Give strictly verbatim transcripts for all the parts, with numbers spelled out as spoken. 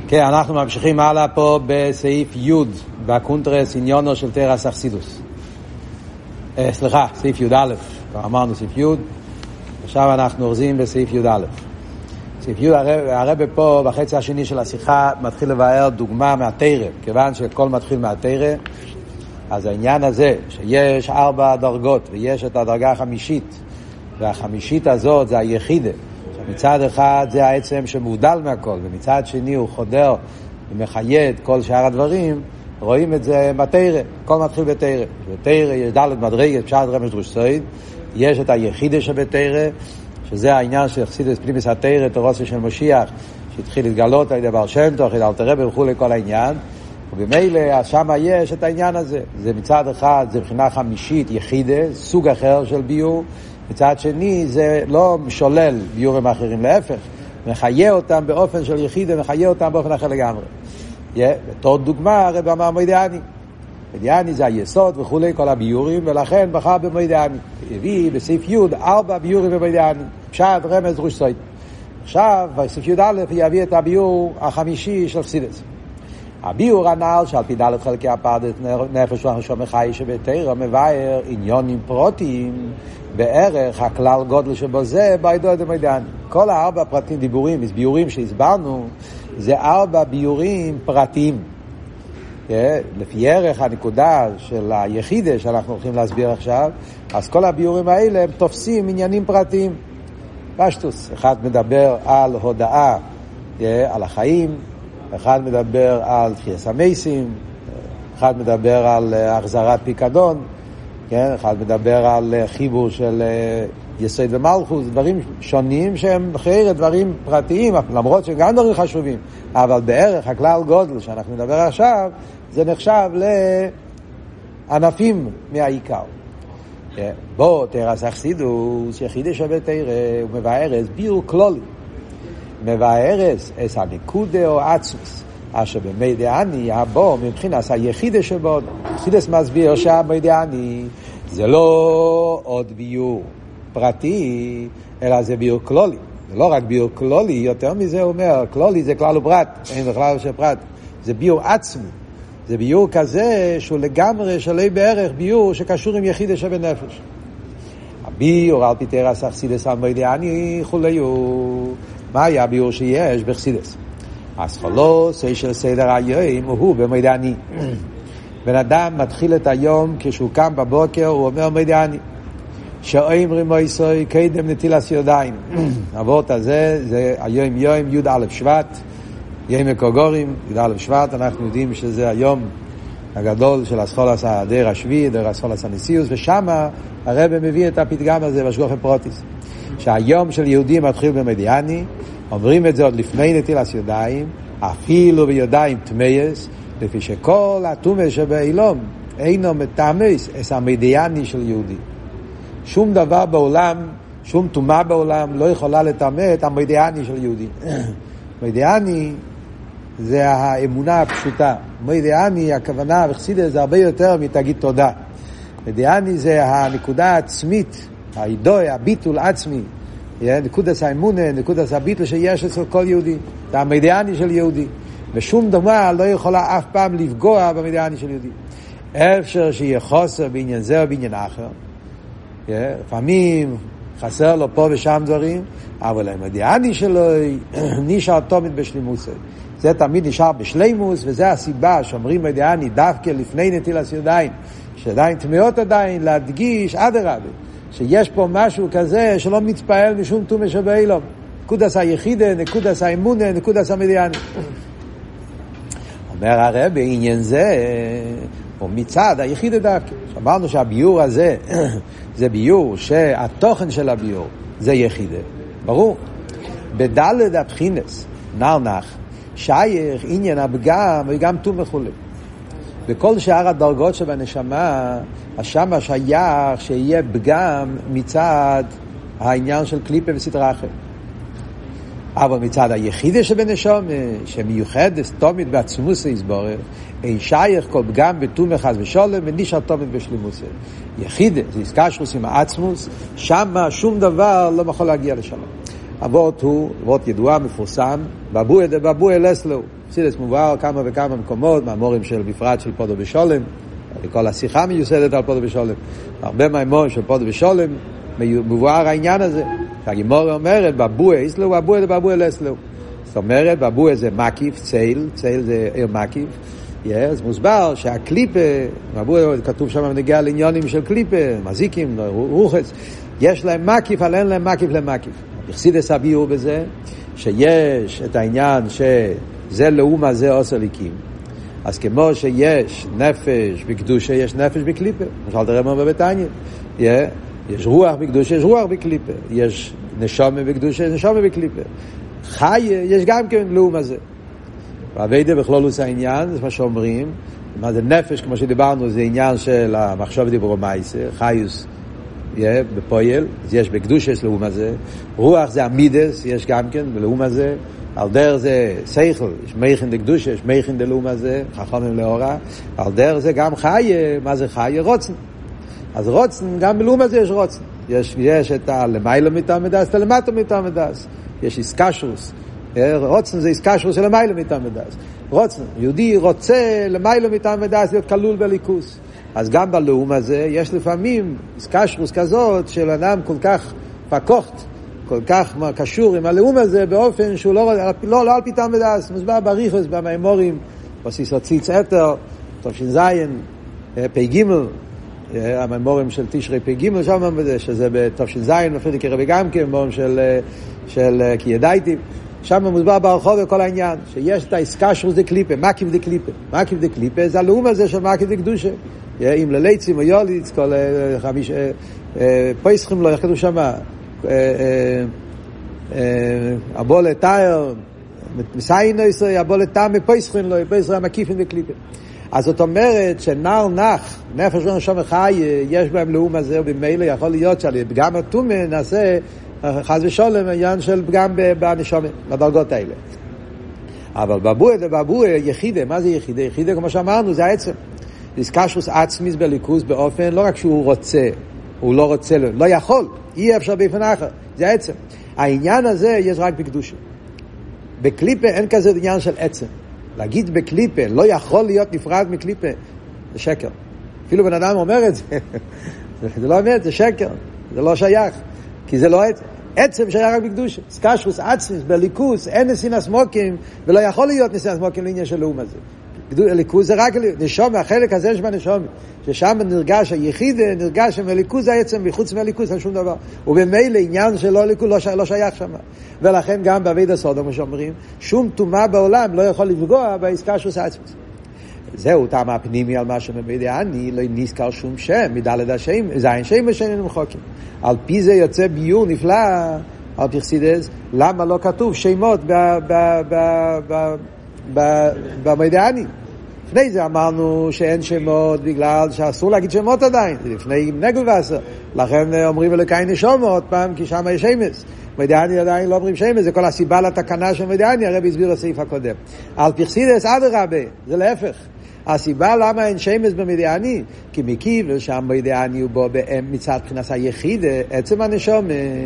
כן, אנחנו ממשיכים הלאה פה בסעיף י' בקונטרס עניונו של תרס אכסידוס. אה, סליחה, סעיף י' א', כבר אמרנו סעיף י', עכשיו אנחנו אורזים בסעיף י' א'. סעיף י' הרב, הרב פה בחצי השני של השיחה מתחיל לבאר דוגמה מהתורה, כיוון שכל מתחיל מהתורה, אז העניין הזה שיש ארבע דרגות ויש את הדרגה החמישית, והחמישית הזאת זה היחידה. מצד אחד זה העצם שמודל מהכל, ומצד שני הוא חודר ומחיה את כל שאר הדברים. רואים את זה בתורה, הכל מתחיל בתורה. בתורה יש דלת מדרגת, פשט רמז דרוש סוד, יש את היחידה שבתורה, שזה העניין של חסידות פנימיות התורה, תורתו של משיח, שהתחיל להתגלות על ידי בעל שם טוב, על אלתר רבי וכו' לכל העניין, ובמילא שם יש את העניין הזה. זה מצד אחד זה מבחינה חמישית יחידה, סוג אחר של ביור, מצד שני זה לא שולל ביורים אחרים, להפך, מחיה אותם באופן של יחידה, מחיה אותם באופן אחר לגמרי. בתור דוגמה הרב אמר מוידעני, מוידעני זה היסוד וכולי כל הביורים, ולכן בחר במוידעני, הביא בסעיף י' ארבע ביורים במוידעני, פשט רמז דרוש סוד. עכשיו בסעיף י' א' יביא את הביור החמישי של חסידות. הביור הנ"ל שעל פי ד' חלקי הפרדת נפש והנשמה חי שבתורה מבאר עניונים פרוטיים בערך הכלל גודל שבו זה בעידו דמוידעני. כל הארבע פרטים דיבורים, ביורים שהסברנו, זה ארבע ביורים פרטיים. לפי ערך הנקודה של היחידה שאנחנו הולכים להסביר עכשיו, אז כל הביורים האלה הם תופסים עניינים פרטיים. פשטוס, אחד מדבר על הודעה על החיים, אחד מדבר על תחיית המתים, אחד מדבר על החזרת פיקדון, כן? אחד מדבר על חיבור של יסוד ומלכות, דברים שונים שהם אחרי דברים פרטיים, למרות שהם גם דברים חשובים, אבל בערך הכלל גודל שאנחנו נדבר עכשיו, זה נחשב לענפים מהעיקר. בוא תרס אכסידוס, יחידה שבתורה, הוא מבאר את ביור כללי, מבאר את הנקודה או עצמוס, אשר במוידעני הבו מבחינת היחידה שבו. חסידס מסביר שהמוידעני זה לא עוד ביור פרטי, אלא זה ביור כללי. זה לא רק ביור כללי, יותר מזה הוא אומר, כללי זה כלל ופרט, אין בכלל של פרט. זה ביור עצמי. זה ביור כזה שהוא לגמרי שלא בערך ביור שקשור עם יחידה שבנפש. הביור על פי תרס אכסידס המוידעני חוליו. מה היה הביור שיש בחסידס? אז חלוס של סדר היום הוא במוידעני. בן אדם מתחיל את היום כשהוא קם בבוקר, הוא אומר מוידעני. שאומרים מויסוי קדם נטילת ידיים. אבות הזה זה היום יום י' א' שבט, יום הקוגורים, י' א' שבט, אנחנו יודעים שזה היום הגדול של הסחולס הדר השביעי, דר הסחולס הנשיאוס, ושמה הרב מביא את הפתגם הזה בשגוח פרוטיס. שהיום של יהודים מתחיל במוידעני, אומרים את זה עוד לפני נטילת ידיים, אפילו בידיים טמאס, לפי שכל הטומאה שבאילום אינו מטמא את המוידעני של יהודי. שום דבר בעולם, שום טומאה בעולם לא יכולה לטמא את המוידעני של יהודי. מוידעני זה האמונה הפשוטה. מוידעני, הכוונה בחסידות זה הרבה יותר מתגיד תודה. מוידעני זה הנקודה העצמית, הידוע, הביטול עצמי, נקודת האמונה, נקודת הביטול שיש אצל כל יהודי, זה המוידעני של יהודי, ושום דבר לא יכולה אף פעם לפגוע במוידעני של יהודי. אפשר שיהיה חוסר בעניין זה או בעניין אחר, לפעמים חסר לו פה ושם דברים, אבל המוידעני שלו נשאר תמיד בשלימות. זה תמיד נשאר בשלימות, וזה הסיבה שאומרים מוידעני דווקא לפני נטילת ידיים, שעדיין טמאות עדיין, להדגיש אדרבה שיש פה משהו כזה שלא מתפעל משום טומאה שבאילום. נקודת היחידה, נקודת האמונה, נקודת המוידעני. אומר הרב בעניין זה, או מצד היחידה דווקא. אמרנו שהביור הזה זה ביור שהתוכן של הביור זה יחידה. ברור. בדלת הבחינס, נרנח, שייך עניין הפגם וגם טומאה וכולי. בכל שאר הדרגות שבנשמה, השמה שייך שיהיה פגם מצד העניין של קליפה וסדרה אחרת. אבל מצד היחידה שבנשמה, שמיוחדת תמיד בעצמוס יסבורך, אין שייך כל פגם בטומאה חס ושלום, ונשאר תמיד בשלימות. יחידה, זה התקשרות עם העצמוס, שמה שום דבר לא יכול להגיע לשם. אבות הוא, אבות ידועה, מפורסם, בבואה דבבואה לסלו. חסידס מובהר כמה וכמה מקומות, מאמורים של בפרט של פודו בשולם, כל השיחה מיוסדת על פודו בשולם, הרבה מהאמורים של פודו בשולם, מבואר העניין הזה, שהגימורה אומרת, בבואה יסלו, בבואה דבבואה לסלו. זאת אומרת, בבואה זה מקיף, צייל, צייל זה עיר מקיף, אז מוסבר שהקליפה, בבואה כתוב שם נגיע לעניונים של קליפה, מזיקים, רוחץ, יש להם מקיף, אבל אין להם מקיף למקיף. בחסידס הביאו בזה, שיש את העניין שזה לאומה זה עושה ליקים. אז כמו שיש נפש בקדושה, יש נפש בקליפה. למשל תראה מה בבתניא. יש רוח בקדושה, יש רוח בקליפה. יש נשומה בקדושה, יש נשומה בקליפה. חי, יש גם כן לאומה זה. והעבודה בכלולוס העניין, זה מה שאומרים. מה זה נפש, כמו שדיברנו, זה עניין של המחשב דיברו מייסה, חיוס. יהיה בפועל, אז יש בקדוש יש לאום הזה, רוח זה המידס, יש גם כן בלאום הזה, על דרך זה שכל, יש מייכן דקדוש, יש מייכן דלאום הזה, חכמים לאורה, על דרך זה גם חי, מה זה חי? רוצן. אז רוצן, גם בלאום הזה יש רוצן. יש, יש את הלמיילו מתעמדס, את הלמטו מתעמדס. יש איסקשוס. רוצן זה איסקשוס של למיילו מתעמדס. רוצן, יהודי רוצה למיילו מתעמדס להיות כלול בליכוס. אז גם בלאום הזה יש לפעמים קשרוס כזאת של אדם כל כך פקוחת, כל כך קשור עם הלאום הזה באופן שהוא לא, לא, לא על פיתם ודס. מוסבר בריחוס, במאמורים, בסיסו ציץ אתר, תופשין פי גימל, המאמורים של תשרי פי גימל, שם בזה, שזה בתופשין זין, לפי כרבי גם כן, מאמורים של, של כי ידעתי. שם מוסבר ברחוב וכל העניין, שיש את האיסקשרוס דה קליפה, מקיף דה קליפה. מקיף דה קליפה זה הלאום הזה של מקיף דה קדושה. אם לליצים או יוליץ, כל חמיש, פויסחים לו, איך כתוב שם, אבוא לתאר, מסיינו ישראל, אבוא לתאר מפויסחים לו, פויסחים המקיפים וקליפים. אז זאת אומרת שנער נח, נפש ונשום חי, יש בהם לאום הזה, ובמילא יכול להיות שעל פגם התומה נעשה חס ושולם, עניין של פגם בנשום, בדרגות האלה. אבל בבואה ובבואה יחידה, מה זה יחידה? יחידה, כמו שאמרנו, זה העצם. איסקשוס עצמיס בליכוס באופן, לא רק שהוא רוצה, הוא לא רוצה, לא יכול, אי אפשר באופן אחר, זה עצם. העניין הזה יש רק בקדושה. בקליפה אין כזה עניין של עצם. להגיד בקליפה, לא יכול להיות נפרד מקליפה, זה שקר. אפילו בן אדם אומר את זה, זה לא אמת, זה שקר, זה לא שייך, כי זה לא עצם. עצם שייך רק בקדושה. איסקשוס עצמיס בליכוס, אין נסינס מוקים, ולא יכול להיות נסינס מוקים לעניין של לאום הזה. ליכוז זה רק נשום, החלק הזה יש בנשום, ששם נרגש היחיד, נרגש מליכוז העצם, מחוץ מליכוז אין שום דבר. ובמילא עניין שלא ליכוז לא, לא שייך שם. ולכן גם בעבודת סודם, כמו שאומרים, שום תומה בעולם לא יכול לפגוע באיסקשוס העצמית. זהו טעם הפנימי על מה שמבידה אני, לא נזכר שום שם, מדלת השם, זין שם ושאיננו מחוקים. על פי זה יוצא ביור נפלא, על פי חסידס, למה לא כתוב שמות ב... ב, ב, ב במיידעני. לפני זה אמרנו שאין שמות בגלל שאסור להגיד שמות עדיין, זה לפני נגל ועשר, לכן אומרים אלוקי נשום עוד פעם, כי שם יש שמס. מיידעני עדיין לא אומרים שמס, זה כל הסיבה לתקנה של מיידעני, הרב הסביר בסעיף הקודם. על פרסידס אדרבה, זה להפך. הסיבה למה אין שמס במיידעני, כי מכיוון שהמיידעני הוא בו מצד בחינת היחיד, עצם הנשום,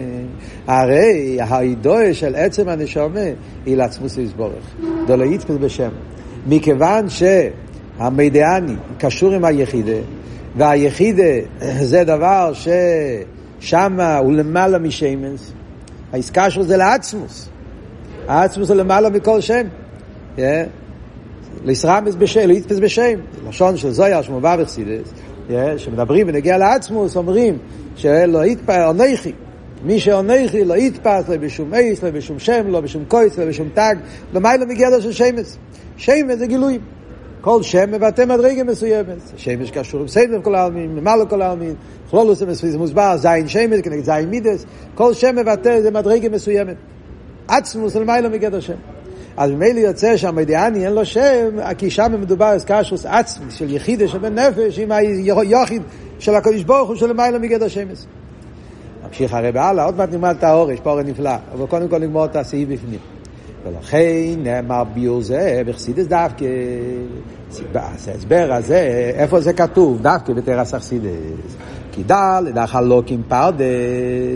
הרי ההידוע של עצם הנשום היא לעצמוס לסבורך, דולא יתפס בשם. מכיוון שהמיידעני קשור עם היחיד, והיחיד זה דבר ששם הוא למעלה משמס, העסקה שלו זה לעצמוס, העצמוס זה למעלה מכל שם, לישרמס בשם, ליתפס בשם, לשון של זויר שמובא בחסידס, שמדברים ונגיע לעצמוס, אומרים שלא יתפס, אנכי, מי שאנכי לא יתפס, לא בשום עיס, לא בשום שם, לא בשום קויץ, לא בשום תג, למעלה מגדר של שמס. שמס זה גילויים. כל שם מבטא מדרגה מסוימת. שמס קשור עם סדר כל העלמין, ממלא כל העלמין, כלולוס זה מוסבר, זין שמס, כנגד זין מידס, כל שם מבטא זה מדרגה מסוימת. עצמוס למעלה מגדר שם. אז ממילא יוצא שהמיידעני אין לו שם, כי שם מדובר על קשרוס עצמי של יחיד שבן נפש עם היחיד של הקדוש ברוך הוא שלמעלה מגדר שמס. ממשיך הרב הלאה, עוד מעט נלמד את האור, יש פה אור נפלא, אבל קודם כל נגמור את הסעיף בפנים. ולכן נאמר ביור זה בחסידס דווקא, ההסבר הזה, איפה זה כתוב? דווקא בתרס החסידס. כי דל, דחלוקים פרדס,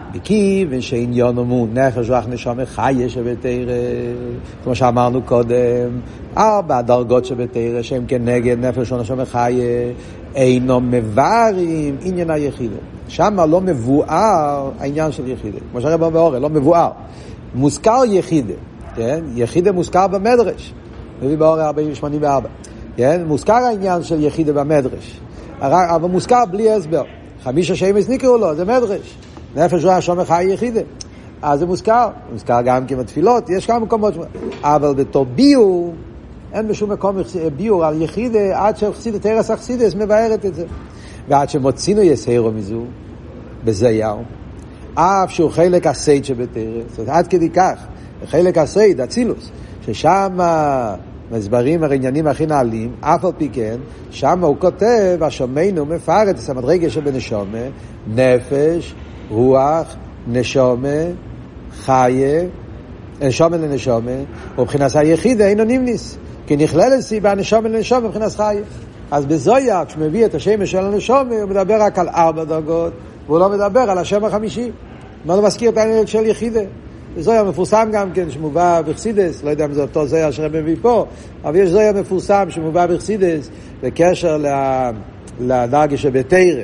וכיוון שעניון הוא נפש רוח נשמה חיה שבתורה, כמו שאמרנו קודם, ארבע דרגות שבתורה שהם כנגד נפש רוח נשמה חיה, אינו מבארים עניין היחידה. שם לא מבואר העניין של יחידה, כמו שהרב אומר באורל, לא מבואר. מוזכר יחידה, כן? יחידה מוזכר במדרש, מביא באורל ארבעים ושמונים וארבע, כן? מוזכר העניין של יחידה במדרש, אבל מוזכר בלי הסבר. חמישה שמש נקראו לו, זה מדרש. נפש רוח נשמה חיה יחידה. אז זה מוזכר. מוזכר גם כמו תפילות, יש כמה מקומות. אבל בתור ביור, אין בשום מקום ביור על יחידה, עד שחסידת תרס החסידס מבארת את זה. ועד שמוצינו יסהרו מזו, בזייר, אף שהוא חלק הסייד שבתרס, זאת אומרת, עד כדי כך, חלק הסייד, הצילוס, ששם מסברים העניינים הכי נעלים, אף על פי כן, שם הוא כותב, השומנו מפארת את המדרגה שבנשומה, נפש, רוח, נשומה, חיה, נשומה לנשומה, ובבחינת היחידה אינו נמניס, כי נכללת סיבה נשומה לנשומה מבחינת חיה. אז בזויה, כשמביא את השמש של הנשומה, הוא מדבר רק על ארבע דרגות, והוא לא מדבר על השם החמישי. מה לא מזכיר את העניין של יחידה? זויה מפורסם גם כן, שמובא בחסידס, לא יודע אם זה אותו זויה שרב מביא פה, אבל יש זויה מפורסם שמובא בחסידס, בקשר לדרגה שבתורה,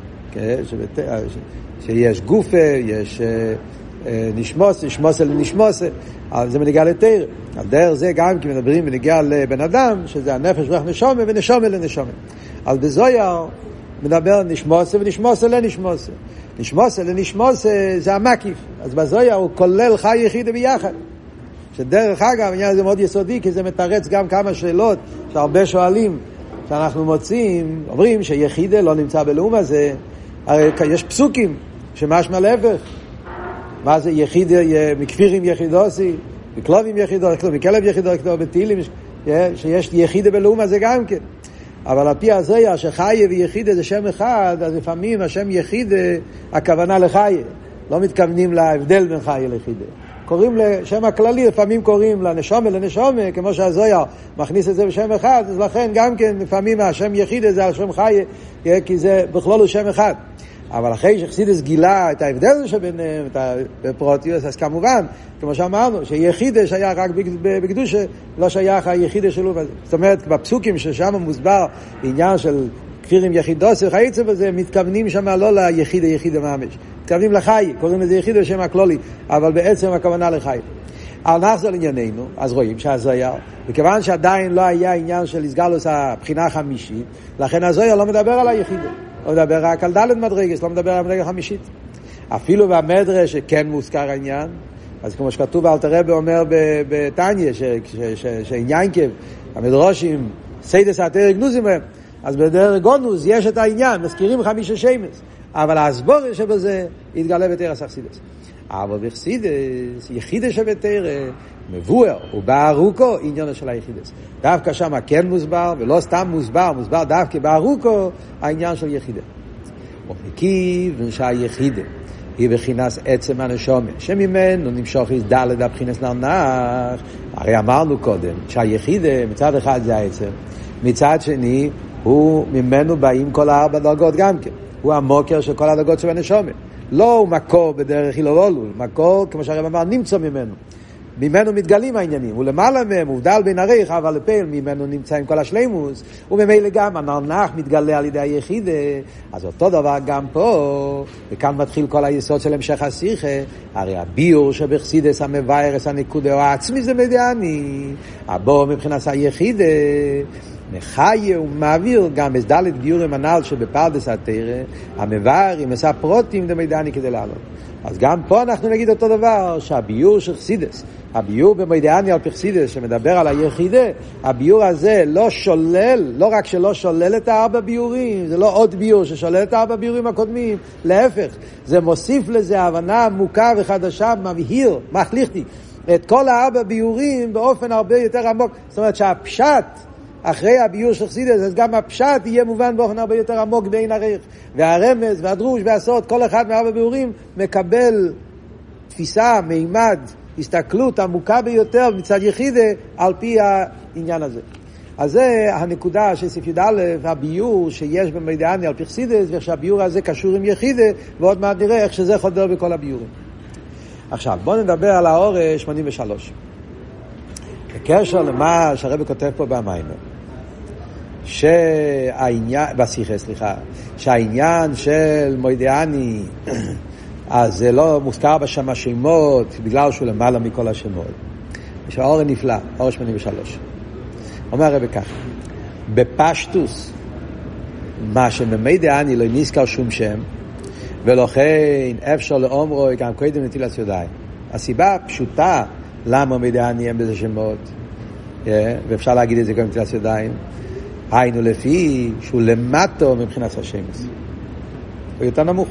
שיש גופה, יש נשמוס, נשמוס אל נשמוס, אבל זה מנהיגה לתורה. על דרך זה גם כי מדברים מנהיגה לבן אדם, שזה הנפש רוח נשומה ונשומה לנשומה. אז בזויה מדבר נשמוס ונשמוס לנשמוס. נשמוס לנשמוס זה המקיף. אז בזויה הוא כולל חי יחידה ביחד. שדרך אגב, העניין הזה מאוד יסודי, כי זה מתרץ גם כמה שאלות שהרבה שואלים, שאנחנו מוצאים, אומרים שיחידה לא נמצא בלאום הזה, הרי יש פסוקים שמשמע להפך. מה זה יחידה, מכפירים יחידוסי, מכלובים יחידות, מכלב יחידות, בתהילים, שיש יחידה בלאום הזה גם כן. אבל על פי הזויה שחיה ויחידה זה שם אחד, אז לפעמים השם יחידה, הכוונה לחיה. לא מתכוונים להבדל בין חיה ליחידה. קוראים לשם הכללי, לפעמים קוראים לנשומה לנשומה, כמו שהזויה מכניס את זה בשם אחד, אז לכן גם כן לפעמים השם יחידה זה על שם חיה, כי זה בכלול הוא שם אחד. אבל אחרי שחסידס גילה את ההבדל שביניהם, את הפרוטיוס, אז כמובן, כמו שאמרנו, שיחידה שייך רק בקדושה, לא שייך היחידה שלו. זאת אומרת, בפסוקים ששם מוסבר עניין של כפירים יחידוס וחייצה בזה, מתכוונים שם לא ליחידה יחידה ממש. מתכוונים לחי, קוראים לזה יחידה בשם הכלולי, אבל בעצם הכוונה לחי. אבל נחזור לענייננו, אז רואים שהזויה, וכיוון שעדיין לא היה עניין של הסגלוס הבחינה החמישית, לכן הזויה לא מדבר על היחידה. לא מדבר רק על דלת מדרגס, לא מדבר על המדרגה חמישית. אפילו במדרש שכן מוזכר העניין, אז כמו שכתוב אלתר רבי אומר בתניא, שעניין כב, המדרושים, סיידס התרא גנוזים בהם, אז בדרך גונוס יש את העניין, מזכירים חמישה שמש, אבל ההסבור שבזה יתגלה בתרס החסידס. אבל בחסידס, יחידה שבתרא, מבואר, ובארוכו עניין של היחידס. דווקא שם כן מוסבר, ולא סתם מוסבר, מוסבר דווקא בארוכו העניין של יחידה. וכיוון שהיחידה היא בחינס עצם הנשומה, שממנו נמשוך דלת הבחינס לנח. הרי אמרנו קודם שהיחידה מצד אחד זה העצם, מצד שני הוא ממנו באים כל הארבע דרגות גם כן. הוא המוקר של כל הדרגות של הנשומה. לא הוא מקור בדרך הילולולו, מקור כמו שהרב אמר נמצא ממנו. ממנו מתגלים העניינים, הוא למעלה מהם, הוא דל בין הריח, אבל לפעיל ממנו נמצא עם כל השלימוס, וממילא גם הנרנח מתגלה על ידי היחידה. אז אותו דבר גם פה, וכאן מתחיל כל היסוד של המשך השיחה. הרי הביור שבחסידס המבארס הנקודה או העצמי זה מדעני, הבוא מבחינת היחידה מחיה ומעביר גם בסדלת ביורים הנעל שבפרדס התרא המבאר עם עשה פרוטים דמידעני כדי לעלות. אז גם פה אנחנו נגיד אותו דבר, שהביור של חסידס, הביור במדיעני על פחסידס שמדבר על היחידה, הביור הזה לא שולל, לא רק שלא שולל את הארבע ביורים, זה לא עוד ביור ששולל את הארבע ביורים הקודמים, להפך, זה מוסיף לזה הבנה עמוקה וחדשה, מבהיר, מחליכתי, את כל הארבע ביורים באופן הרבה יותר עמוק. זאת אומרת שהפשט אחרי הביור של חסידס, אז גם הפשט יהיה מובן באופן הרבה יותר עמוק בין הריח. והרמז והדרוש והסוד, כל אחד מהארבע ביורים מקבל תפיסה, מימד, הסתכלות עמוקה ביותר מצד יחידה על פי העניין הזה. אז זה הנקודה של סעיף י"א, הביור שיש במיידעני על פרסידס, ושהביור הזה קשור עם יחידה, ועוד מעט נראה איך שזה חודר בכל הביורים. עכשיו, בואו נדבר על האורש שמונים ושלוש. בקשר למה שהרב כותב פה במיימר, שהעניין, בשיחה, סליחה, שהעניין של מיידעני, אז זה לא מוזכר בשם השמות, בגלל שהוא למעלה מכל השמות. יש האור נפלא, האור שמונים ושלוש. אומר הרב ככה, בפשטוס, מה שממיידעני לא נזכר שום שם, ולכן אפשר לאומרו גם קודם נטילת ידיים. הסיבה הפשוטה למה מיידעני אין בזה שמות, ואפשר להגיד את זה גם נטילת ידיים, היינו לפי שהוא למטו מבחינת השמש. הוא יותר נמוך.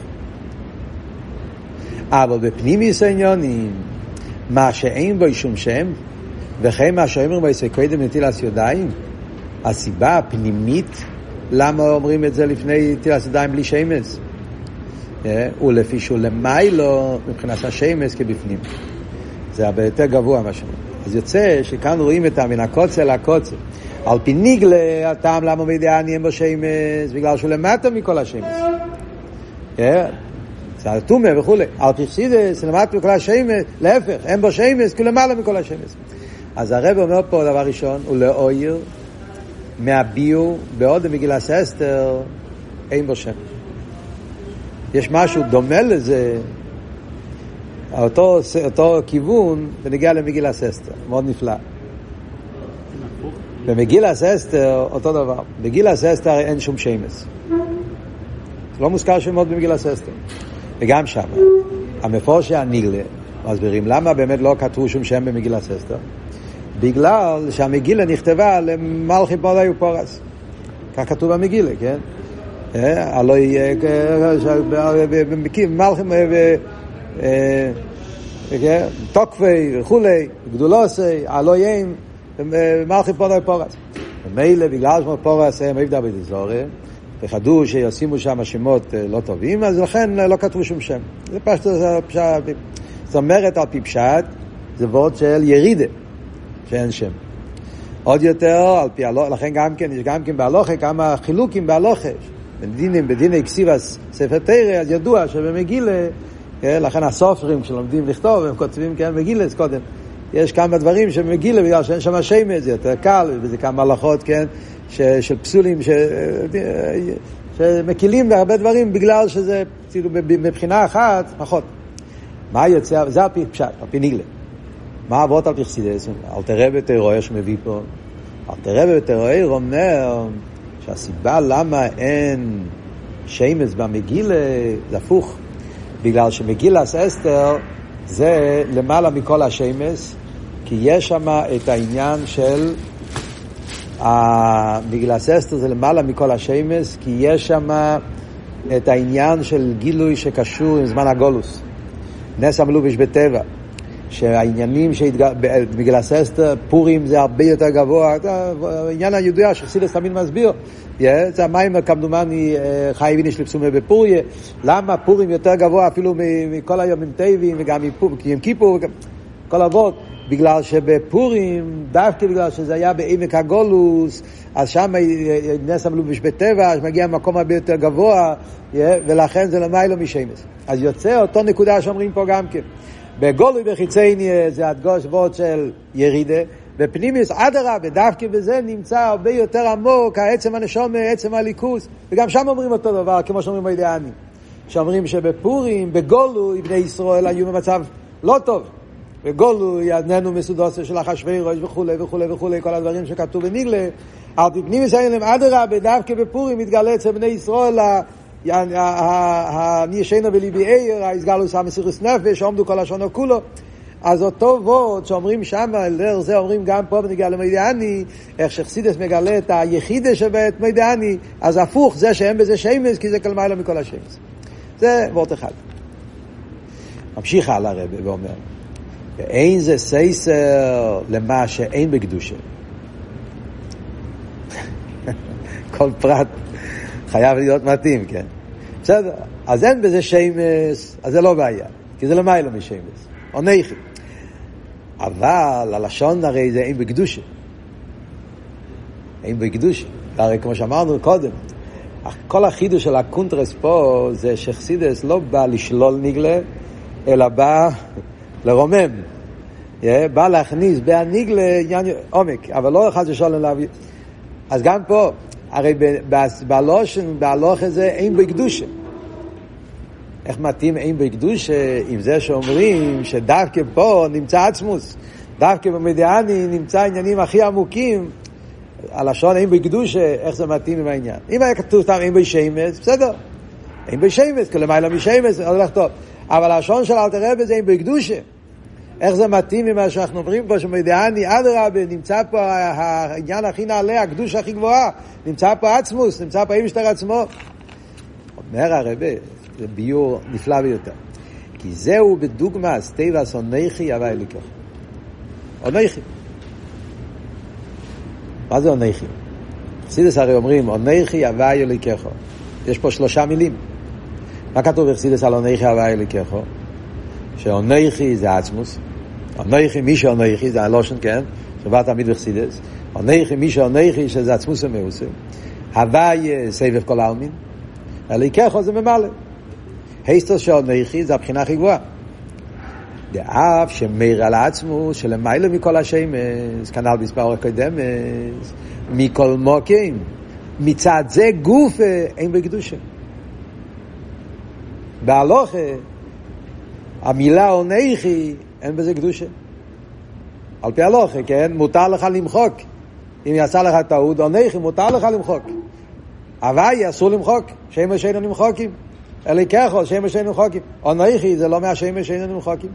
אבל בפנימיוס העניונים, מה שאין בו שום שם, וכן מה שאומרים בו קודם נטילת ידיים, הסיבה הפנימית למה אומרים את זה לפני נטילת ידיים בלי שמש, הוא לפי שהוא למיילו מבחינת השמש כבפנים. זה הרבה יותר גבוה מה שאומרים. אז יוצא שכאן רואים את מן הקוצר לקוצר. על פי ניגלה, הטעם למה מיידעני אין בו שמש, בגלל שהוא למטה מכל השמש. זה התומה וכו'. על פי חסידס, למטה מכל השמש, להפך, אין בו שמש, כי למעלה מכל השמש. אז הרב אומר פה דבר ראשון, הוא לאויר, מהביור, בעוד במגילת אסתר, אין בו שם. יש משהו דומה לזה, אותו, אותו כיוון, ונגיע למגילת אסתר, מאוד נפלא. במגילת אסתר, אותו דבר. במגילת אסתר אין שום שמש. לא מוזכר שמות במגילת אסתר. וגם שם, המפורש הניגלה, מסבירים למה באמת לא כתבו שום שם במגילת אסתר. בגלל שהמגילה נכתבה למלכי פורעי ופורס. כך כתוב במגילה, כן? הלא יהיה מלכי תוקפי וכולי, גדולוסי, הלא יהיה מלכי פורעי ופורס. ומילא בגלל שמו פורס הם עבדה בדזורי, וחדו שישימו שם שמות לא טובים, אז לכן לא כתבו שום שם. זה פשט, זאת אומרת על פי פשט, זה וורד של ירידה. שאין שם. עוד יותר, על פי הלוכה, לכן גם כן, יש גם כן בהלוכה כמה חילוקים בהלוכה. בדינים, בדיני כסיבס ספר תורה, אז ידוע שבמגילה, לכן הסופרים כשלומדים לכתוב, הם כותבים כן מגילס קודם. יש כמה דברים שמגילה, בגלל שאין שם השם, זה יותר קל, וזה כמה הלכות, כן, ש, של פסולים, ש, שמקילים בהרבה דברים, בגלל שזה, כאילו, מבחינה אחת, נכון. מה יוצא? זה על פי פשט, על פי ניגלה. מה עבוד על פרסידס? אל תראה בתירואר שמביא פה. אל תראה בתירואר אומר שהסיבה למה אין שמש במגילה זה הפוך. בגלל שמגילת אסתר זה למעלה מכל השמש, כי יש שם את העניין של מגילת אסתר זה למעלה מכל השמש, כי יש שם את העניין של גילוי שקשור עם זמן הגולוס. נס המלובש בטבע. שהעניינים שבגלל אסתר פורים זה הרבה יותר גבוה. העניין הידוע שחסידס תמיד מסביר, זה המים כמדומני חי ויניש לפסומה בפוריה, למה פורים יותר גבוה אפילו מכל היומים טבעים וגם עם כיפור, כל אבות, בגלל שבפורים דווקא בגלל שזה היה בעמק הגולוס, אז שם נס המלובש בטבע שמגיע למקום הרבה יותר גבוה, ולכן זה למיילו משמש. אז יוצא אותו נקודה שאומרים פה גם כן, בגולוי בחיצייני זה הדגוש וורד של ירידה, בפנימיוס אדרבה, דווקא בזה נמצא הרבה יותר עמוק העצם הנשום, עצם הליכוס, וגם שם אומרים אותו דבר, כמו שאומרים מיידעני, שאומרים שבפורים, בגולוי, בני ישראל היו במצב לא טוב, בגולוי עדננו מסודוסה של אחשוורוש וכו' וכו' וכו', כל הדברים שכתוב בניגלה, על פנימיוס אדרבה, דווקא בפורים מתגלה אצל בני ישראל אני ישנה בליבי עיר, ההסגלוס המסירוס נפש, עומדו כל השונו כולו. אז אותו וורד שאומרים שם, על זה אומרים גם פה בנגיע למיידעני, איך שחסידס מגלה את היחידה שבאת מיידעני, אז הפוך, זה שאין בזה שמש, כי זה כל מילה מכל השמש. זה וורד אחד. ממשיך על הרב ואומר, ואין זה סייסר למה שאין בקדושה. כל פרט חייב להיות מתאים, כן. בסדר, אז אין בזה שמש, אז זה לא בעיה, כי זה למיילו משמש, או נחי. אבל הלשון הרי זה אין בקדושה. אין בקדוש. הרי כמו שאמרנו קודם, כל החידוש של הקונטרס פה זה שחסידס לא בא לשלול נגלה, אלא בא לרומם. בא להכניס בהניגלה עניין עומק, אבל לא אחד ששולם להביא. אז גם פה, הרי בלושן, בהלוך הזה, אין בקדושה. איך מתאים אין בקדושה עם זה שאומרים שדווקא פה נמצא עצמוס, דווקא במדיאני נמצא עניינים הכי עמוקים, הלשון אין בקדושה, איך זה מתאים עם העניין. אם היה כתוב סתם אין בשמש, בסדר. אין בשמש, כלמעלה משמש, זה הולך טוב. אבל הלשון של אלתר רבי זה אין בקדושה. איך זה מתאים עם מה שאנחנו אומרים פה, שמדיאני, אדרבה, נמצא פה העניין הכי נעלה, הקדושה הכי גבוהה, נמצא פה עצמוס, נמצא פה אימשטר עצמו. אומר הרבי, זה ביור נפלא ביותר. כי זהו בדוגמה, סטייבס אונכי הווי אליקך. אונכי. מה זה אונכי? חסידס הרי אומרים, אונכי הווי אליקך. יש פה שלושה מילים. מה כתוב בחסידס על אונכי הווי אליקך? שאונכי זה עצמוס. אונכי, מי שאונכי, זה הלושן, כן? שבא תמיד בחסידס. אונכי, מי שאונכי, שזה עצמוס המאוסה. הווי סבב כל העלמין. אליקך זה ממלא. היסטוס שאונכי זה הבחינה הכי גבוהה. דאף שמיר על עצמו שלמעלה מכל השמש, כנ"ל בספר הקודמת, מכל מוקים, מצד זה גוף אין בקדושה. בהלוכה, המילה אונכי, אין בזה קדושה. על פי הלוכה, כן? מותר לך למחוק. אם יעשה לך טעות, אונכי, מותר לך למחוק. הווי, אסור למחוק. שמש אינו למחוקים. אליקך, שמש אינו למחוקים. אונכי, זה לא מהשמש אינו למחוקים.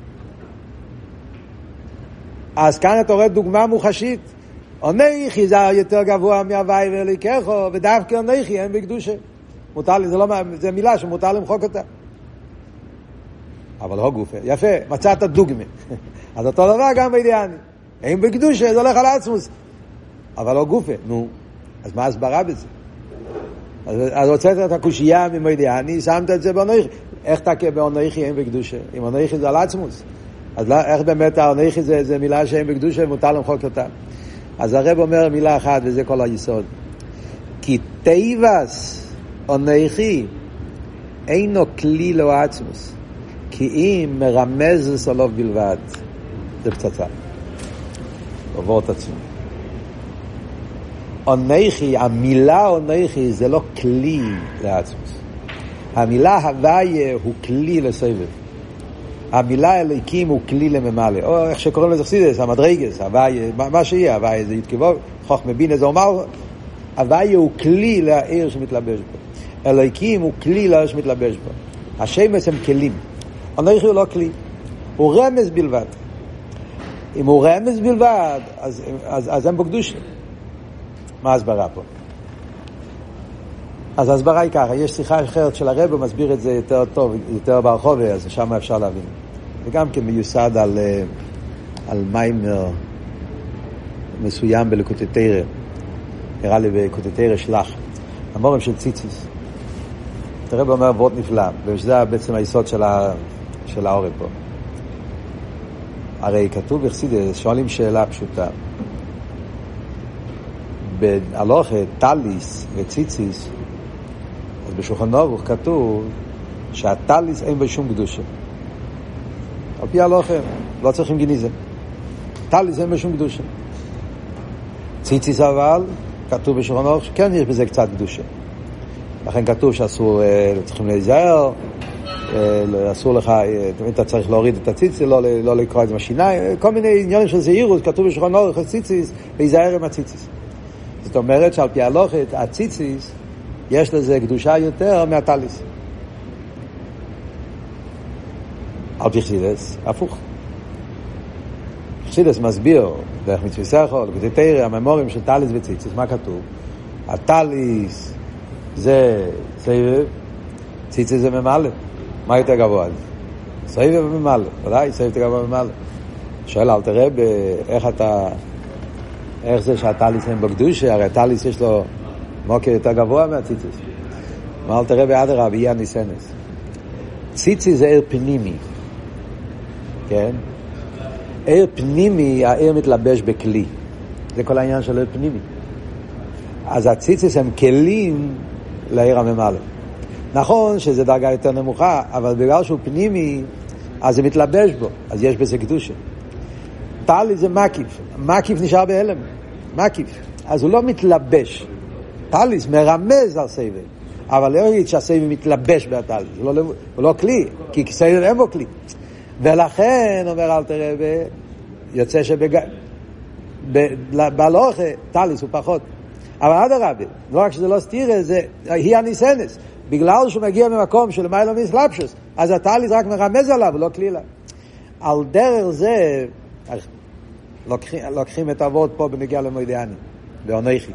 אז כאן אתה רואה דוגמה מוחשית. אונכי זה יותר גבוה מהווי ואליקך, ודווקא אונכי אין בקדושה. מותר לי, זה, לא, זה מילה שמותר למחוק אותה. אבל לא גופה. יפה, מצאת דוגמה. אז אותו דבר גם בידיעני. אין בקדושה, זה הולך על עצמוס. אבל לא גופה. נו, אז מה הסברה בזה? אז, אז הוצאת את הקושייה ממדיעני, שמת את זה באונכי. איך תקה באונכי אין בקדושה? אם אונכי זה על עצמוס. אז לא, איך באמת האונכי זה, זה מילה שאין בקדושה ומותר למחוק אותה? אז הרב אומר מילה אחת, וזה כל היסוד. כי טייבס אונכי אינו כלי לא עצמוס. כי אם מרמז סלוב בלבד. זה פצצה. עבור את עצמו. אונכי, המילה אונכי זה לא כלי לעצמוס. המילה הוויה הוא כלי לסבב. המילה אליקים הוא כלי לממלא. או איך שקוראים לזה חסידס, המדרגס, הוויה, מה שיהיה, הוויה זה יתכבוב, חוכמה בינה זה אומר, הוויה הוא כלי לעיר שמתלבש בו. אליקים הוא כלי לעיר שמתלבש בו. השמש הם כלים. אונכי הוא לא כלי. הוא רמז בלבד. אם הוא רמז בלבד, אז, אז, אז הם בקדושה. מה ההסברה פה? אז ההסברה היא ככה, יש שיחה אחרת של הרב, הוא מסביר את זה יותר טוב, יותר ברחוב, אז שם אפשר להבין. וגם כן מיוסד על, על מיימר מסוים בליקוטי תורה, נראה לי בליקוטי תורה שלח, המורים של ציציס. הרב אומר וורט נפלא, וזה בעצם היסוד של, ה, של האורם פה. הרי כתוב בחסידות, שואלים שאלה פשוטה. בהלוכה, טליס וציציס, אז בשולחן ערוך כתוב שהטליס אין בשום קדושה. על פי ההלוכה, לא צריכים גניזה. טליס אין בשום קדושה. ציציס אבל, כתוב בשולחן ערוך, שכן יש בזה קצת קדושה. לכן כתוב שאסור, צריכים להיזהר, אסור לך, תמיד אתה צריך להוריד את הציציס, לא, לא לקרוא את זה בשיניים, כל מיני עניינים של זהירות, כתוב בשולחן ערוך הציציס, להיזהר עם הציציס. זאת אומרת שעל פי ההלוכה, הציציס, יש לזה קדושה יותר מהטליס. על פי חסידס, הפוך. חסידס מסביר, דרך מצווי שכל, לכדי תורה, הממורים של טליס וציציס, מה כתוב? הטליס זה סבב, ציציס זה ממלא. מה יותר גבוה? סבב וממלא. ודאי, סבב יותר גבוה ממלא. שואל, אל תראה איך אתה, איך זה שהטליס הם בקדושה, הרי הטליס יש לו מוקר יותר גבוה מהציציס. מה אל תראה באדרה, באי הניסנס. ציציס זה עיר פנימי. כן? עיר פנימי, העיר מתלבש בכלי. זה כל העניין של עיר פנימי. אז הציצוס הם כלים לעיר הממלא. נכון שזה דרגה יותר נמוכה, אבל בגלל שהוא פנימי, אז זה מתלבש בו, אז יש בזה קדושה. טלי זה מקיף, מקיף נשאר בהלם, מקיף, אז הוא לא מתלבש. טליס מרמז על סבב, אבל לא יגיד שהסבב מתלבש בהטליס, הוא לא, הוא לא כלי, כי סבב אין בו כלי. ולכן, אומר אל תראה, יוצא שבג... בהלוכה, טליס הוא פחות. אבל עד הרבי, לא רק שזה לא סתירה, זה היא הניסנס. בגלל שהוא מגיע ממקום של מיילו מסלבשוס, אז הטליס רק מרמז עליו, הוא לא כלילה. על דרך זה, לוקחים, לוקחים את העבוד פה בנגיע למוידיאני, בעונכי.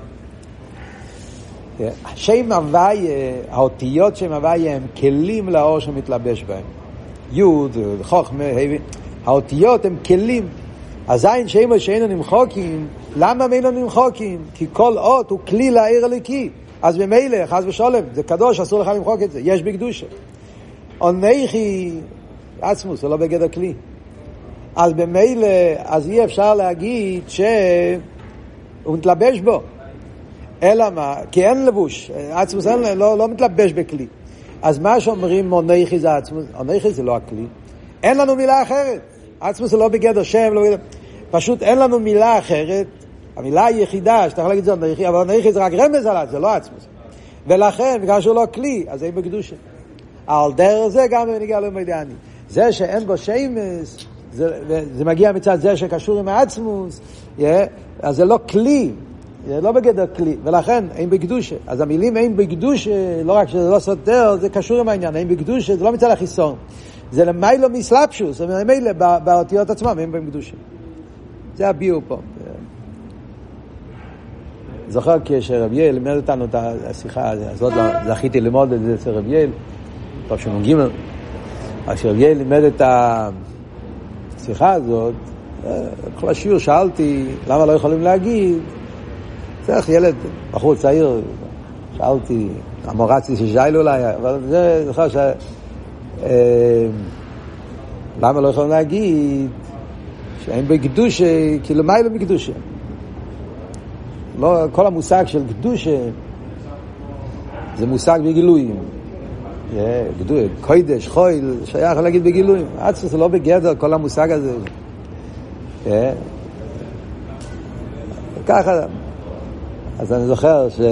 שם הוויה, האותיות שם הוויה הם כלים לאור שמתלבש בהם. יוד, חוכמה, האותיות הם כלים. הזין שם שאינו נמחוקים, למה אינו נמחוקים? כי כל אות הוא כלי לעיר הליקי. אז במילא, חס ושולם, זה קדוש, אסור לך למחוק את זה, יש בקדושה. עונכי, עצמוס, זה לא בגדר כלי. אז במילא, אז אי אפשר להגיד שהוא מתלבש בו. אלא מה? כי אין לבוש. עצמוס אין, לא, לא מתלבש בכלי. אז מה שאומרים עונכי זה עצמוס, עונכי זה לא הכלי. אין לנו מילה אחרת. עצמוס זה לא בגדר שם, לא בגדר... פשוט אין לנו מילה אחרת. המילה היחידה, שאתה יכול להגיד זה עונכי, אבל עונכי זה רק רמז עליו, זה לא עצמוס. ולכן, בגלל שהוא לא כלי, אז אין בקדושה. על דרך זה גם בנגיע למוידיאני. זה שאין בו שמס, זה, זה מגיע מצד זה שקשור עם העצמוס, yeah, אז זה לא כלי. זה לא בגדר כלי, ולכן אין בקדושה. אז המילים אין בקדושה, לא רק שזה לא סותר, זה קשור עם העניין. אין בקדושה, זה לא מצד החיסון. זה למיילו מסלבשוס, זה למיילו באותיות עצמם, אין בקדושה. זה הביאו פה. זוכר כשרב יעל לימד אותנו את השיחה הזאת, זכיתי ללמוד את זה אצל רב יעל, טוב שנוגעים, אז כשרב יעל לימד את השיחה הזאת, כל השיעור שאלתי, למה לא יכולים להגיד, צריך ילד, בחור צעיר, שאלתי, המורצי ששאל אולי, אבל זה זוכר ש... למה לא יכולים להגיד שאין בקדושה, כאילו מה אלו בקדושה? לא, כל המושג של קדושה זה מושג בגילויים. קודש, חויל, שייך להגיד בגילויים. עצמוס זה לא בגדר כל המושג הזה. ככה, אז אני זוכר שרבי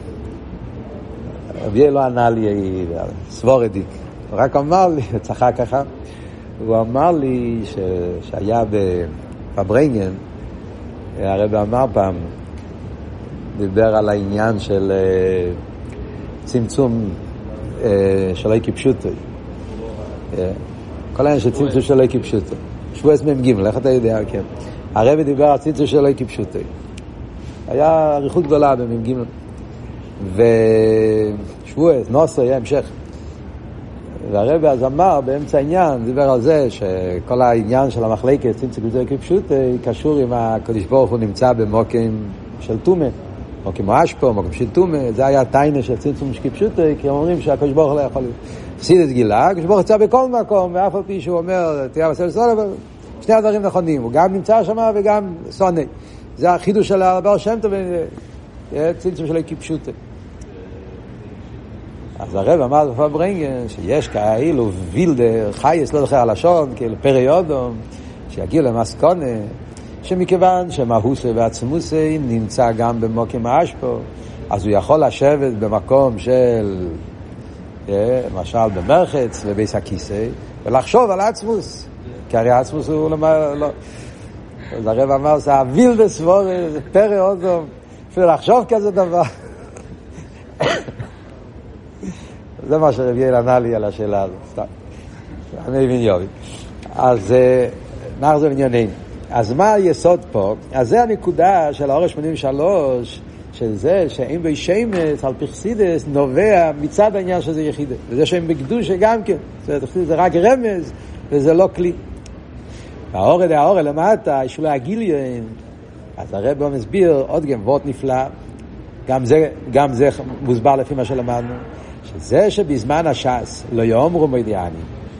לא ענה לי סבורדיק, הוא רק אמר לי, צחק ככה, הוא אמר לי ש... שהיה בברנגן, הרב אמר פעם, דיבר על העניין של צמצום של איקי פשוטו. כל העניין של צמצום של איקי פשוטו. שבועס מ"ג, איך אתה יודע? כן. הרב דיבר על צמצום של איקי פשוטו. היה עריכות גדולה במ"ג. ושבועס, נוסר, היה המשך. והרב אז אמר באמצע העניין, דיבר על זה שכל העניין של המחלקת צמצום של איקי פשוטו קשור עם הקדוש ברוך הוא נמצא במוקים של תומה. או כמו אשפו, או כמו שתומה, זה היה טיינה של צמצום שקיפשוט, כי הם אומרים שהקדוש ברוך הוא לא יכול להפסיד את גילה, הקדוש ברוך הוא נמצא בכל מקום, ואף על פי שהוא אומר, תהיה בסל סול, אבל שני הדברים נכונים, הוא גם נמצא שם וגם סונה. זה החידוש של הבעל שם טוב, צמצום של הקיפשוט. אז הרב אמר בפעם ברנגן, שיש כאילו וילדר, חייס, לא זוכר הלשון, כאילו פריודום, שיגיעו למסקונה, שמכיוון שמהוסה ועצמוסה נמצא גם במוקים האשפו, אז הוא יכול לשבת במקום של, למשל במרחץ, בביס הכיסא, ולחשוב על עצמוס, כי הרי עצמוס הוא לא... לא. אז הרב אמר, זה אביל בסבור, זה פרא אודום, אפילו לחשוב כזה דבר. זה מה שרב יעל ענה לי על השאלה הזאת, סתם. אני מבין יובי. אז נחזור ענייניים. אז מה היסוד פה? אז זה הנקודה של האור שמונים ושלוש, של זה שאין בי שמץ על פרסידס נובע מצד העניין שזה יחידה. וזה שאין בקדושה גם כן. זה, זה רק רמז, וזה לא כלי. והאור אלה האור למטה, יש לו הגיליון. אז הרב מסביר עוד גם וורט נפלא. גם זה, גם זה מוסבר לפי מה שלמדנו. שזה שבזמן הש"ס לא יאמרו מוידיאני.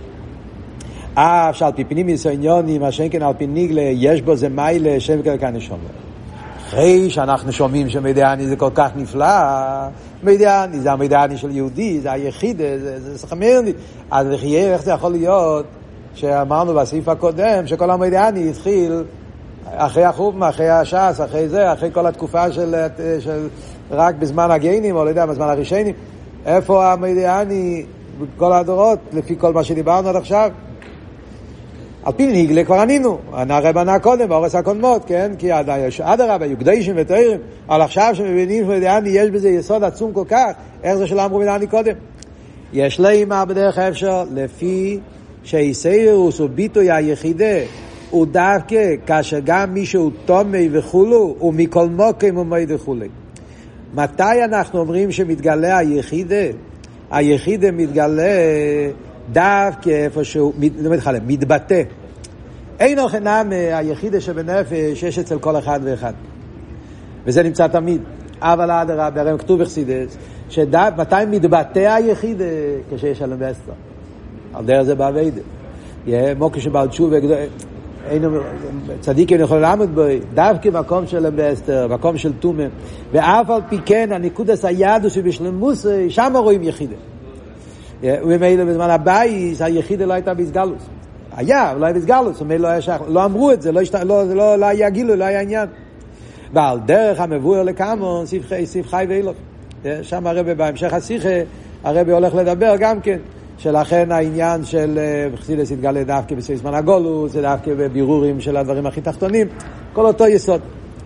אף שעל פי פנימיס העניונים, מה שאין כן על פי ניגלה, יש בו זה מיילה, שם כאלה כאן נשומר. אחרי שאנחנו שומעים שמדיאני זה כל כך נפלא, מדיאני זה המדיאני של יהודי, זה היחיד, זה, זה סחמרני, אז איך זה יכול להיות שאמרנו בסעיף הקודם שכל המדיאני התחיל אחרי החורבן, אחרי הש"ס, אחרי זה, אחרי כל התקופה של, של רק בזמן הגיינים, או לא יודע, בזמן הראשונים, איפה המדיאני בכל הדורות, לפי כל מה שדיברנו עד עכשיו? על פי נהיגלה כבר ענינו, הרב ענה קודם, באורס הקודמות, כן? כי עד הרב היו קדושים ותוירים, אבל עכשיו שמבינים שמדיאני יש בזה יסוד עצום כל כך, איך זה שלא אמרו מדיאני קודם? יש לימה בדרך אפשר, לפי שאיסאירוס הוא ביטוי היחידה, הוא דווקא כאשר גם מישהו תומי וכולו, ומכל מוקם ומועד וכולי. מתי אנחנו אומרים שמתגלה היחידה? היחידה מתגלה דווקא איפה שהוא מתבטא. אין אוכנם היחידה שבנפש יש אצל כל אחד ואחד. וזה נמצא תמיד. אבל עד הרב, הרי כתוב בחסידות, שמתי מתבטא היחידה? כשיש אלם ואסתר. על דרך זה בעבודה. מוקר שבעל תשובה, צדיקים יכולים לעמוד בו, דווקא מקום של אלם ואסתר, מקום של תומה. ואף על פי כן, הנקודס היהדוס שבשלמוס, שם רואים יחידה. ומילא בזמן הבייס, היחידה לא הייתה בסגלוס. היה, אבל לא היה בסגלוס, לא אמרו את זה, לא היה גילו, לא היה עניין. ועל דרך המבואר לקמון, סיף חי ואילוף. שם הרב בהמשך השיחה, הרב הולך לדבר גם כן, שלכן העניין של חסידות התגלה דווקא בזמן הגולוס, זה דווקא בבירורים של הדברים הכי תחתונים, כל אותו יסוד.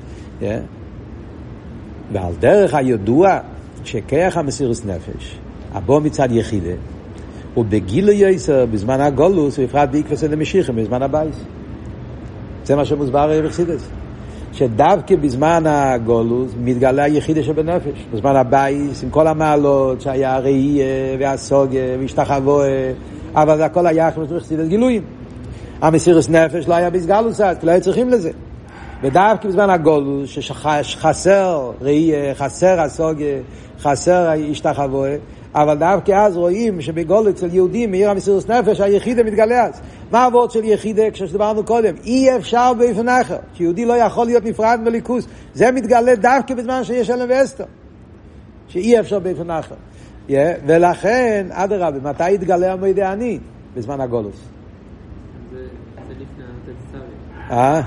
ועל דרך הידוע, שכיח המסירות נפש, הבוא מצד יחידה, ובגיל יסר בזמן הגולוס, ובפרט בעקבס למשיחים, בזמן הבייס. זה מה שמוסבר בחסידות. שדווקא בזמן הגולוס מתגלה היחידה שבנפש. בזמן הבייס, עם כל המעלות, שהיה הראייה והסוגיה והשתחוו, אבל זה הכל היה כמו בחסידות גילויים. המסירות נפש לא היה בסגלוס, כי לא היו צריכים לזה. ודווקא בזמן הגולוס, שחסר ראייה, חסר הסוגיה, חסר השתחוו, אבל דווקא אז רואים שבגולוס אצל יהודים, מעיר המסירות נפש, היחידה מתגלה אז. מה העבוד של יחידה, כששדברנו קודם? אי אפשר באופן אחר, שיהודי לא יכול להיות נפרד מליכוס. זה מתגלה דווקא בזמן שיש אלם ואסתר. שאי אפשר באופן אחר. Yeah, ולכן, עד הרב, מתי יתגלה המדיאני? בזמן הגולוס. זה לפני התצטרי. אה?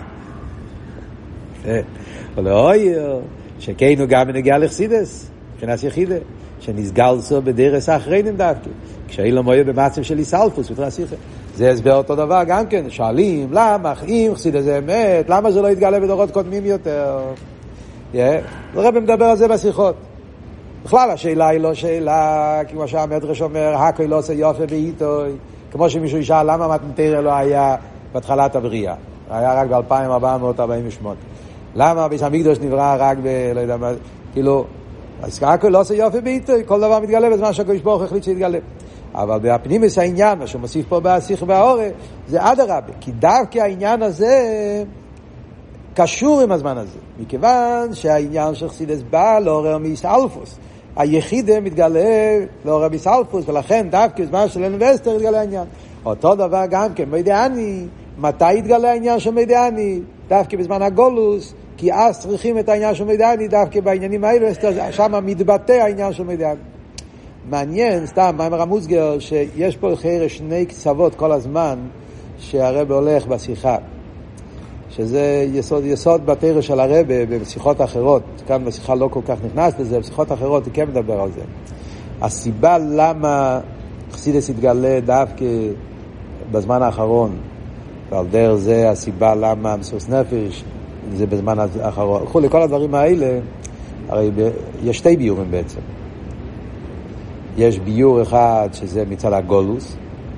ולא שכנו גם נגיע לחסידס, מבחינת יחידה, שנסגל זו בדרס האחרונים דווקא, כשאילו מויה במצב של איסלפוס, ותרסיכה. זה הסבר אותו דבר גם כן, שואלים, למה, אם חסידס זה אמת, למה זה לא יתגלה בדורות קודמים יותר? הרב מדבר על זה בשיחות. בכלל, השאלה היא לא שאלה, כמו שהמדרש אומר, הכל לא עושה יופי בעיתוי, כמו שמישהו ישאל, למה מתנתרא לא היה בהתחלת הבריאה? היה רק ב-אלפיים ארבע מאות ארבעים ושמונה. למה בית המקדש נברא רק ב... לא יודע מה, כאילו, אז הכל לא עושה יופי בעיתוי, כל דבר מתגלה בזמן שהקדוש ברוך הוא החליט שיתגלה. אבל בהפנימוס העניין, מה שמוסיף פה בשיח והאורה, זה עד הרבה, כי דווקא העניין הזה קשור עם הזמן הזה, מכיוון שהעניין של חסידס בא לעורר מאיסאלפוס, היחידה מתגלה לעורר מאיסאלפוס, ולכן דווקא בזמן של אלם ואסתר יתגלה העניין. אותו דבר גם כן, מדיאני, מתי יתגלה העניין של מדיאני? דווקא בזמן הגולוס, כי אז צריכים את העניין של מדיאני, דווקא בעניינים האלו, שם מתבטא העניין של מדיאני. מעניין, סתם, מאמר המוסגר, שיש פה חיירה שני קצוות כל הזמן שהרב הולך בשיחה, שזה יסוד, יסוד בתורה של הרב בשיחות אחרות. כאן בשיחה לא כל כך נכנס לזה, בשיחות אחרות הוא כן מדבר על זה. הסיבה למה חסידס התגלה דווקא בזמן האחרון, ועל דרך זה הסיבה למה מסירות נפש זה בזמן האחרון, כל הדברים האלה, הרי יש שתי ביורים בעצם. יש ביור אחד שזה מצד הגולוס,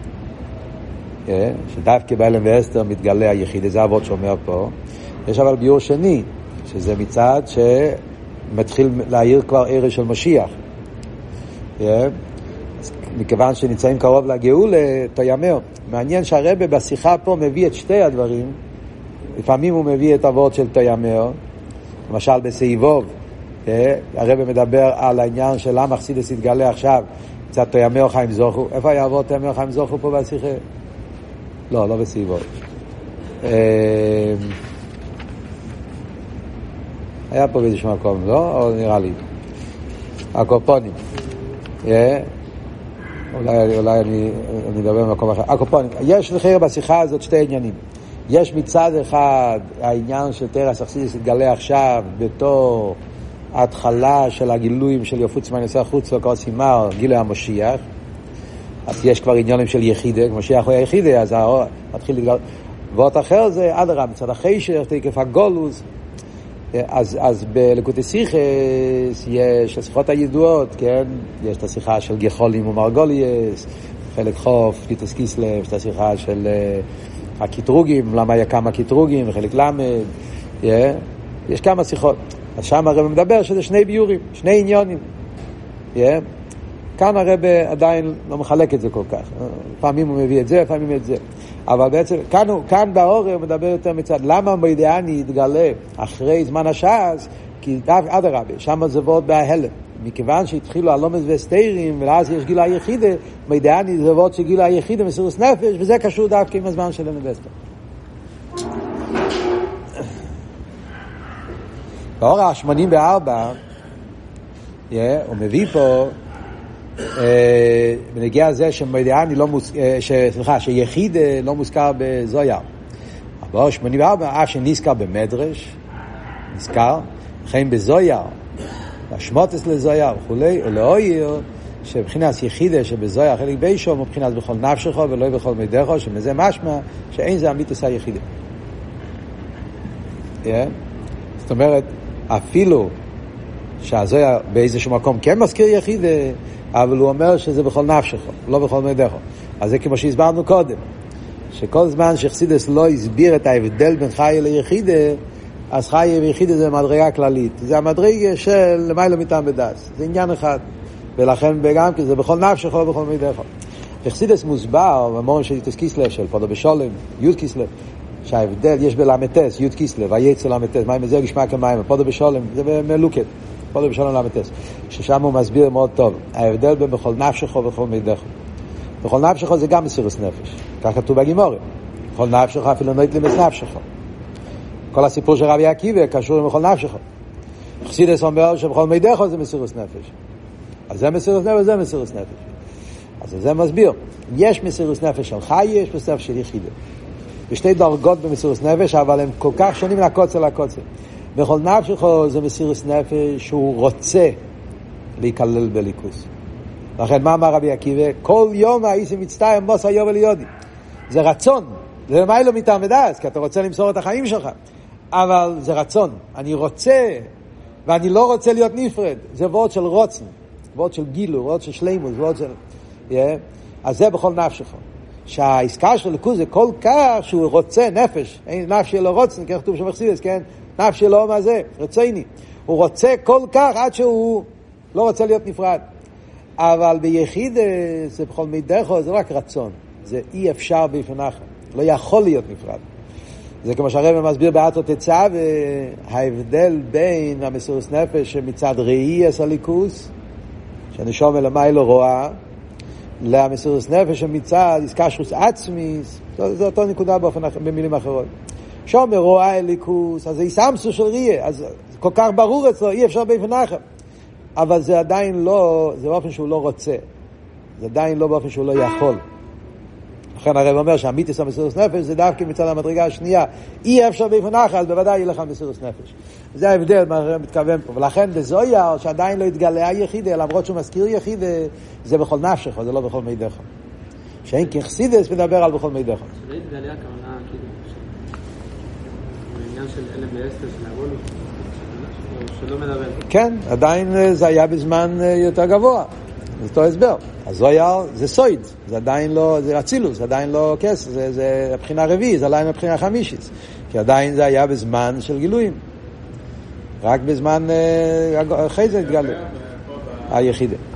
שדווקא באלם ואסתר מתגלה היחיד, זה אבות שאומר פה. יש אבל ביור שני, שזה מצד שמתחיל להעיר כבר ערב של משיח. מכיוון שנמצאים קרוב לגאולה, תיאמר. מעניין שהרבא בשיחה פה מביא את שתי הדברים. לפעמים הוא מביא את אבות של תיאמר, למשל בסעיבוב, הרב מדבר על העניין של למה חסידס התגלה עכשיו קצת תיאמר חיים זוכו. איפה היה אבות תיאמר חיים זוכו פה בשיחה? לא, לא בסעיבוב. היה פה באיזשהו מקום, לא? או נראה לי. הקופונים. אולי, אולי אני, אני אדבר במקום אחר. הקופונים. יש לכם בשיחה הזאת שתי עניינים. יש מצד אחד העניין של תרס אכסידס התגלה עכשיו בתור ההתחלה של הגילויים של יפוץ מהנושא החוץ וכל סימר, גילוי המשיח. אז יש כבר עניינים של יחידה, משיח הוא היחידה, אז האור מתחיל להתגלות. ועוד אחר זה אדרבה, מצד החשך, תקף הגולוס. אז, אז בליקוטי שיחס יש השיחות הידועות, כן? יש את השיחה של גחולים ומרגוליאס, חלק חוף, קיטוס קיסלב, את השיחה של uh, הקיטרוגים, למה היה כמה קיטרוגים, וחלק למד, yeah. יש כמה שיחות. אז שם הרב מדבר שזה שני ביורים, שני עניונים. Yeah. כאן הרב עדיין לא מחלק את זה כל כך. פעמים הוא מביא את זה, פעמים את זה. אבל בעצם, כאן, כאן באור הוא מדבר יותר מצד, למה מוידעני יתגלה אחרי זמן השעס? כי עד הרבה, שם זה ועוד בהלם. מכיוון שהתחילו הלומס וסתירים, ואז יש גילה היחידה, מוידעני זה ועוד שגילה היחידה מסירוס נפש, וזה קשור דווקא עם הזמן של הנבסטר. באור ה-שמונים וארבע, yeah, הוא מביא פה, בנגיע הזה שמוידעני לא מוז... סליחה, שיחיד לא מוזכר בזויר. אבל שמונים וארבע, אף שנזכר במדרש, נזכר, לכן בזויר, השמוטס לזויר וכולי, ולאויר, שבחינת יחידה שבזויר חלק בישו, מבחינת בכל נפשך ולא בכל מידך, שמזה משמע שאין זה אמיתוס היחידה. Yeah. זאת אומרת, אפילו שהזויר באיזשהו מקום כן מזכיר יחידה, אבל הוא אומר שזה בכל נפשך, לא בכל מידך. אז זה כמו שהסברנו קודם, שכל זמן שחסידס לא הסביר את ההבדל בין חי ליחידה, אז חי ויחידה זה מדרגה כללית. זה המדרגה של למיילו מטעם בדס. זה עניין אחד. ולכן גם כי זה בכל נפשך לא בכל מידך. וחסידס מוסבר, ואמרנו שיטוס קיסלב של פודו בשולם, יוד קיסלב, שההבדל יש בלמתס, יוד קיסלב, היצר למתס, מים זה גשמע כמים, פודו בשולם, זה במלוקת. פודו בשולם למתס. ששם הוא מסביר מאוד טוב. ההבדל בין בכל נפשך ובכל מידך. בכל נפשך זה גם מסירוס נפש. כך כתוב בגימורים. בכל נפשך אפילו נוית למס נפשך. כל הסיפור של רבי עקיבא קשור עם בכל נפשך. חסידס אומר שבכל מידך זה מסירוס נפש. אז זה מסירוס נפש, זה מסירוס נפש. אז זה מסביר. יש מסירוס נפש של חי, יש מסירוס נפש של יחידה. בשתי דרגות במסירוס נפש, אבל הם כל כך שונים לקוצר לקוצר. בכל נפשך זה מסירוס נפש שהוא רוצה להיכלל בליכוס. לכן מה אמר רבי עקיבא? כל יום האיסי מצטער מוס היום וליודי. זה רצון. זה למיילו מטעם ודס, כי אתה רוצה למסור את החיים שלך. אבל זה רצון. אני רוצה, ואני לא רוצה להיות נפרד. זה וord של רוצן. וord של גילו, וord של שלימוס, וord של... Yeah. אז זה בכל נפשך. שהעסקה של ליכוס זה כל כך שהוא רוצה נפש. אין נפש שלו רוצן, כי כתוב שמחסידס, כן? נפש שלו מה זה? רצוני. הוא רוצה כל כך עד שהוא לא רוצה להיות נפרד. אבל ביחיד זה בכל מידךו, זה רק רצון. זה אי אפשר בפניך. לא יכול להיות נפרד. זה כמו שהרב מסביר באתו תצא, וההבדל בין המסירוס נפש שמצד ראי יש הליכוס, שנשום אל המיילו רואה, למסירוס נפש שמצד איסקשרוס עצמיס, זה אותו נקודה באופן, במילים אחרות. שום רואה הליכוס, אז זה איסמסו של ראי, אז כל כך ברור אצלו, אי אפשר בפניך. אבל זה עדיין לא, זה באופן שהוא לא רוצה. זה עדיין לא באופן שהוא לא יכול. לכן הרב אומר שהמיתוס המסירוס נפש זה דווקא מצד המדרגה השנייה. אי אפשר בפניך, אז בוודאי יהיה לך מסירוס נפש. זה ההבדל מה הרב מתכוון פה. ולכן בזויר, שעדיין לא התגלה היחידה, למרות שהוא מזכיר יחידה, זה בכל נפשך, זה לא בכל מידך. שאין כחסידס מדבר על בכל מידך. שלא התגלה הכוונה, כאילו, העניין של אלם ואסתר של הרולו, שלא מדבר. כן, עדיין זה היה בזמן יותר גבוה. זה אותו הסבר. הזויר זה סויד, זה עדיין לא, זה אצילוס, זה עדיין לא כסף, זה, זה הבחינה רביעית, זה עדיין הבחינה חמישית. כי עדיין זה היה בזמן של גילויים. רק בזמן, אחרי זה התגלו. היחידה.